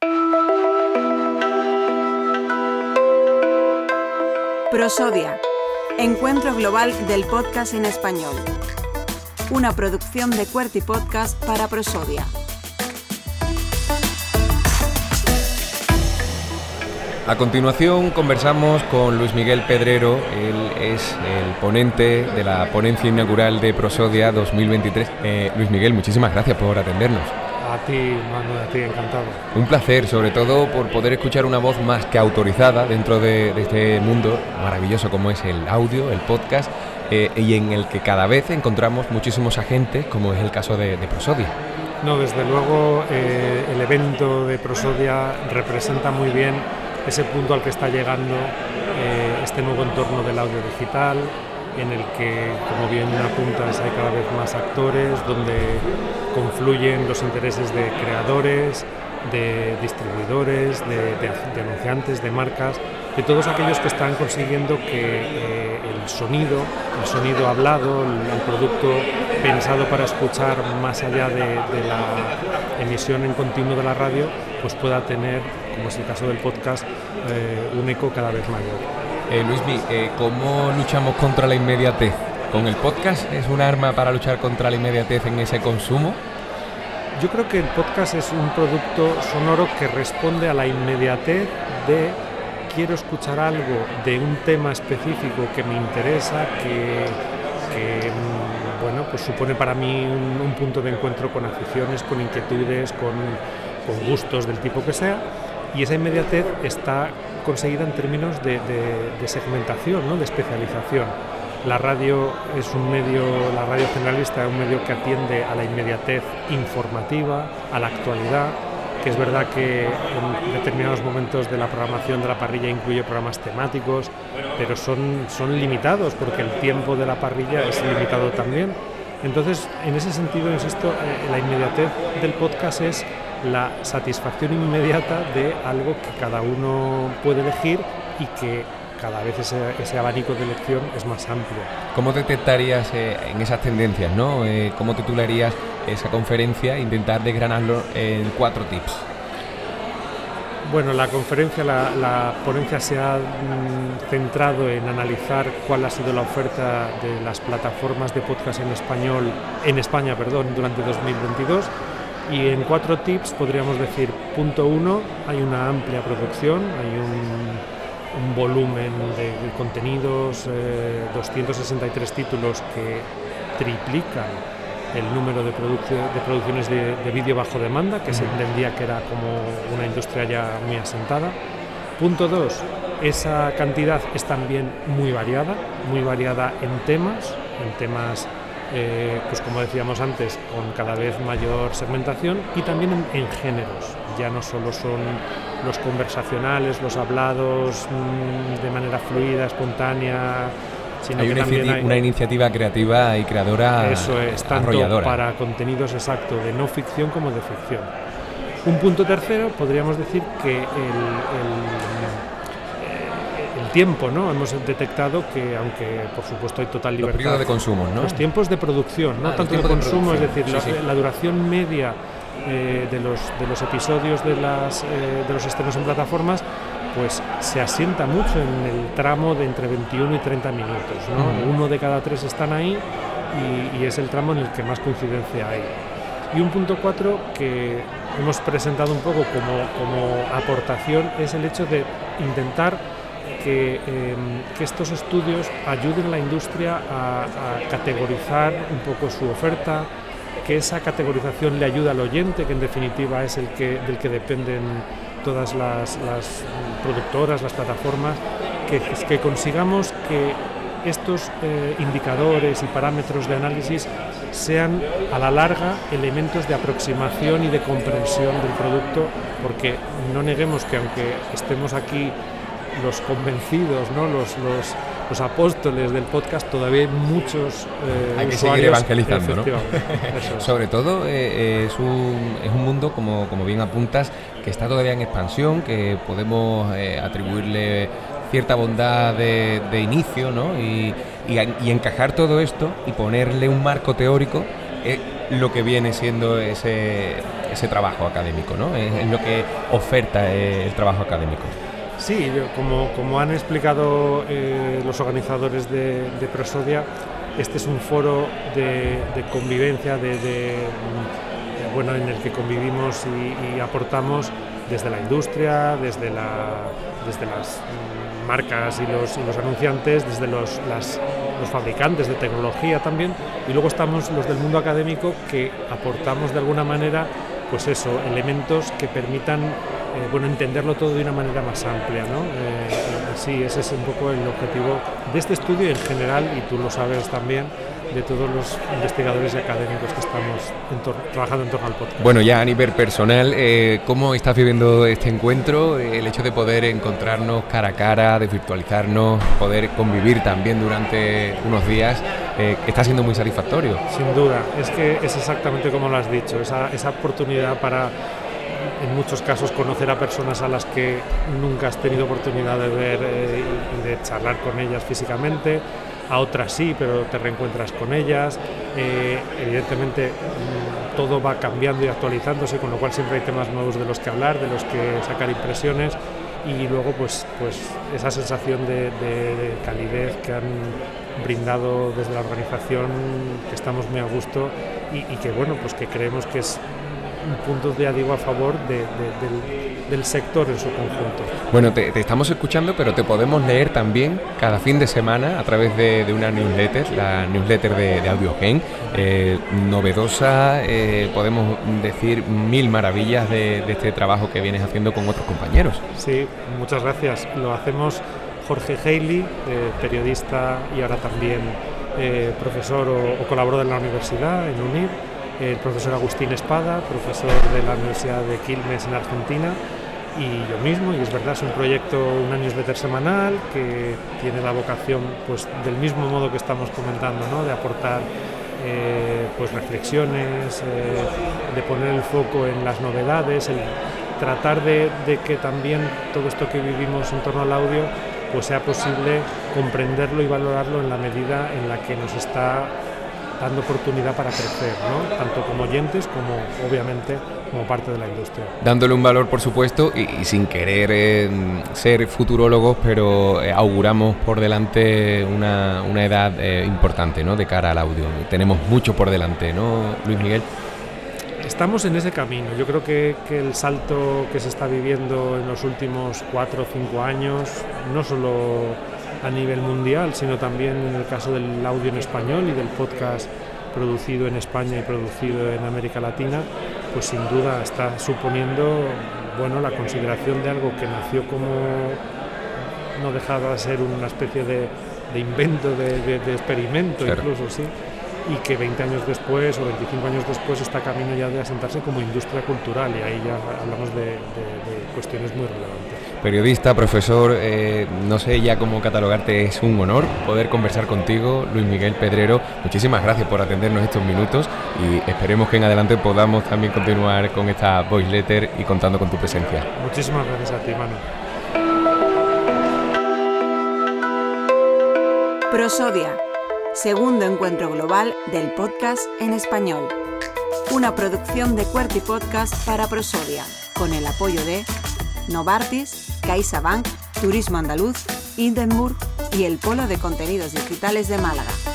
Prosodia, encuentro global del podcast en español. Una producción de QWERTY Podcast para Prosodia. A continuación conversamos con Luis Miguel Pedrero. Él es el ponente de la ponencia inaugural de Prosodia 2023. Luis Miguel, muchísimas gracias por atendernos. A ti, Manu, a ti, encantado. Un placer, sobre todo por poder escuchar una voz más que autorizada dentro de este mundo maravilloso como es el audio, el podcast, y en el que cada vez encontramos muchísimos agentes, como es el caso de Prosodia. No, desde luego el evento de Prosodia representa muy bien ese punto al que está llegando este nuevo entorno del audio digital, en el que, como bien apuntas, hay cada vez más actores, donde confluyen los intereses de creadores, de distribuidores, de anunciantes, de marcas, de todos aquellos que están consiguiendo que el sonido hablado, el producto pensado para escuchar más allá de la emisión en continuo de la radio, pues pueda tener, como es el caso del podcast, un eco cada vez mayor. Luismi, ¿cómo luchamos contra la inmediatez? ¿Con el podcast es un arma para luchar contra la inmediatez en ese consumo? Yo creo que el podcast es un producto sonoro que responde a la inmediatez de quiero escuchar algo de un tema específico que me interesa, que bueno, pues supone para mí un punto de encuentro con aficiones, con inquietudes, con gustos del tipo que sea, y esa inmediatez está conseguida en términos de segmentación, ¿no? De especialización. La radio es un medio, la radio generalista es un medio que atiende a la inmediatez informativa, a la actualidad, que es verdad que en determinados momentos de la programación de la parrilla incluye programas temáticos, pero son limitados porque el tiempo de la parrilla es limitado también. Entonces, en ese sentido, insisto, la inmediatez del podcast es la satisfacción inmediata de algo que cada uno puede elegir y que cada vez ese abanico de elección es más amplio. ¿Cómo detectarías en esas tendencias, ¿no? ¿Cómo titularías esa conferencia? Intentar desgranarlo en 4 tips. Bueno, la conferencia, la ponencia se ha centrado en analizar cuál ha sido la oferta de las plataformas de podcast en España, durante 2022. Y en 4 tips podríamos decir, punto 1, hay una amplia producción, hay un volumen de contenidos, 263 títulos que triplican el número de producciones de vídeo bajo demanda, que se entendía que era como una industria ya muy asentada. Punto 2, esa cantidad es también muy variada en temas, pues como decíamos antes, con cada vez mayor segmentación, y también en géneros. Ya no solo son los conversacionales, los hablados de manera fluida, espontánea, sino hay una iniciativa creativa y creadora. Eso es, tanto arrolladora para contenidos exacto de no ficción como de ficción. Un punto tercero, podríamos decir que el tiempo, ¿no? Hemos detectado que, aunque por supuesto hay total libertad, los periodos de consumo, ¿no? Los tiempos de producción, no tanto de consumo, es decir, la duración media de los episodios de los estrenos en plataformas, pues se asienta mucho en el tramo de entre 21 y 30 minutos, ¿no? 1 de cada 3 están ahí y es el tramo en el que más coincidencia hay. Y un punto 4 que hemos presentado un poco como aportación es el hecho de intentar que estos estudios ayuden a la industria a categorizar un poco su oferta, que esa categorización le ayuda al oyente, que en definitiva es del que dependen todas las productoras, las plataformas, que consigamos que estos indicadores y parámetros de análisis sean a la larga elementos de aproximación y de comprensión del producto, porque no neguemos que aunque estemos aquí los convencidos, ¿no? los apóstoles del podcast, todavía hay muchos hay que usuarios, seguir evangelizando, ¿no? Eso es. Sobre todo es un mundo, como bien apuntas, que está todavía en expansión, que podemos atribuirle cierta bondad de inicio, ¿no? Y encajar todo esto y ponerle un marco teórico, lo que viene siendo ese ese trabajo académico, ¿no? Es lo que oferta el trabajo académico. Sí, como han explicado los organizadores de Prosodia, este es un foro de convivencia, en el que convivimos y aportamos desde la industria, desde las marcas y los anunciantes, desde los fabricantes de tecnología también, y luego estamos los del mundo académico que aportamos de alguna manera, pues eso, elementos que permitan entenderlo todo de una manera más amplia, ¿no? Sí, ese es un poco el objetivo de este estudio en general, y tú lo sabes también, de todos los investigadores y académicos que estamos trabajando en torno al podcast. Bueno, ya a nivel personal, ¿cómo estás viviendo este encuentro? El hecho de poder encontrarnos cara a cara, de virtualizarnos, poder convivir también durante unos días, está siendo muy satisfactorio. Sin duda, es que es exactamente como lo has dicho, esa oportunidad para, en muchos casos, conocer a personas a las que nunca has tenido oportunidad de ver y de charlar con ellas físicamente. A otras sí, pero te reencuentras con ellas. Evidentemente todo va cambiando y actualizándose, con lo cual siempre hay temas nuevos de los que hablar, de los que sacar impresiones, y luego pues esa sensación de calidez que han brindado desde la organización, que estamos muy a gusto y que que creemos que es un punto de adivo a favor del sector en su conjunto. Bueno, te estamos escuchando, pero te podemos leer también cada fin de semana a través de una newsletter, la newsletter de AudioGen, novedosa, podemos decir 1000 maravillas de este trabajo que vienes haciendo con otros compañeros. Sí, muchas gracias. Lo hacemos Jorge Haley, periodista y ahora también profesor o colaborador en la universidad, en UNIR, el profesor Agustín Espada, profesor de la Universidad de Quilmes en Argentina, y yo mismo, y es verdad, es un proyecto, una newsletter semanal que tiene la vocación, pues del mismo modo que estamos comentando, ¿no?, de aportar reflexiones, de poner el foco en las novedades, el tratar de que también todo esto que vivimos en torno al audio pues sea posible comprenderlo y valorarlo en la medida en la que nos está dando oportunidad para crecer, ¿no?, tanto como oyentes como, obviamente, como parte de la industria. Dándole un valor, por supuesto, y sin querer ser futurólogos, pero auguramos por delante una edad importante, ¿no?, de cara al audio. Tenemos mucho por delante, ¿no, Luis Miguel? Estamos en ese camino. Yo creo que el salto que se está viviendo en los últimos 4 o 5 años, no solo a nivel mundial, sino también en el caso del audio en español y del podcast producido en España y producido en América Latina, pues sin duda está suponiendo, la consideración de algo que nació como, no dejaba de ser una especie de invento, de experimento, claro, incluso, sí, y que 20 años después o 25 años después está camino ya de asentarse como industria cultural, y ahí ya hablamos de cuestiones muy relevantes. Periodista, profesor, no sé ya cómo catalogarte, es un honor poder conversar contigo, Luis Miguel Pedrero. Muchísimas gracias por atendernos estos minutos y esperemos que en adelante podamos también continuar con esta voice letter y contando con tu presencia. Muchísimas gracias a ti, Manu. Prosodia, segundo encuentro global del podcast en español. Una producción de QWERTY Podcast para Prosodia, con el apoyo de Novartis, CaixaBank, Turismo Andaluz, Hindenburg y el Polo de Contenidos Digitales de Málaga.